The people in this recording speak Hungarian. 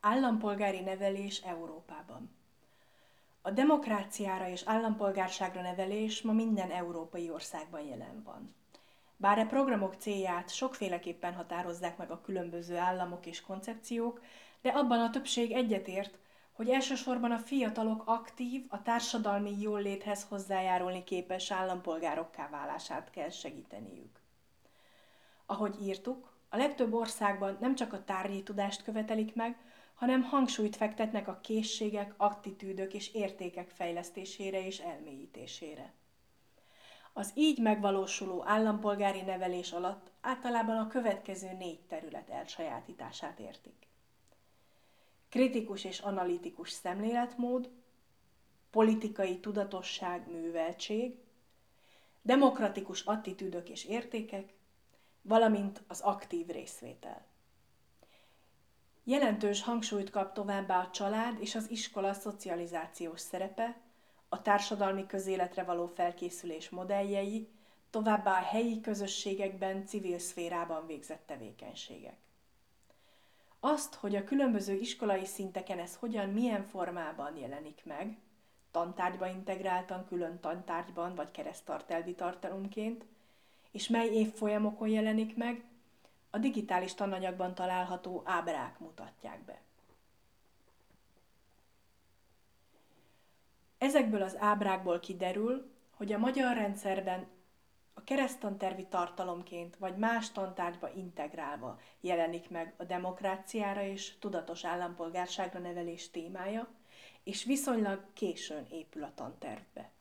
Állampolgári nevelés Európában. A demokráciára és állampolgárságra nevelés ma minden európai országban jelen van. Bár e programok célját sokféleképpen határozzák meg a különböző államok és koncepciók, de abban a többség egyetért, hogy elsősorban a fiatalok aktív, a társadalmi jóléthez hozzájárulni képes állampolgárokká válását kell segíteniük. Ahogy írtuk, a legtöbb országban nem csak a tárgyi tudást követelik meg, hanem hangsúlyt fektetnek a készségek, attitűdök és értékek fejlesztésére és elmélyítésére. Az így megvalósuló állampolgári nevelés alatt általában a következő 4 terület elsajátítását értik. Kritikus és analitikus szemléletmód, politikai tudatosság, műveltség, demokratikus attitűdök és értékek, valamint az aktív részvétel. Jelentős hangsúlyt kap továbbá a család és az iskola szocializációs szerepe, a társadalmi közéletre való felkészülés modelljei, továbbá a helyi közösségekben, civil szférában végzett tevékenységek. Azt, hogy a különböző iskolai szinteken ez hogyan, milyen formában jelenik meg, tantárgyba integráltan, külön tantárgyban vagy kereszttartelvi tartalomként, és mely évfolyamokon jelenik meg, a digitális tananyagban található ábrák mutatják be. Ezekből az ábrákból kiderül, hogy a magyar rendszerben a kereszttantervi tartalomként vagy más tantárgyba integrálva jelenik meg a demokráciára és tudatos állampolgárságra nevelés témája, és viszonylag későn épül a tantervbe.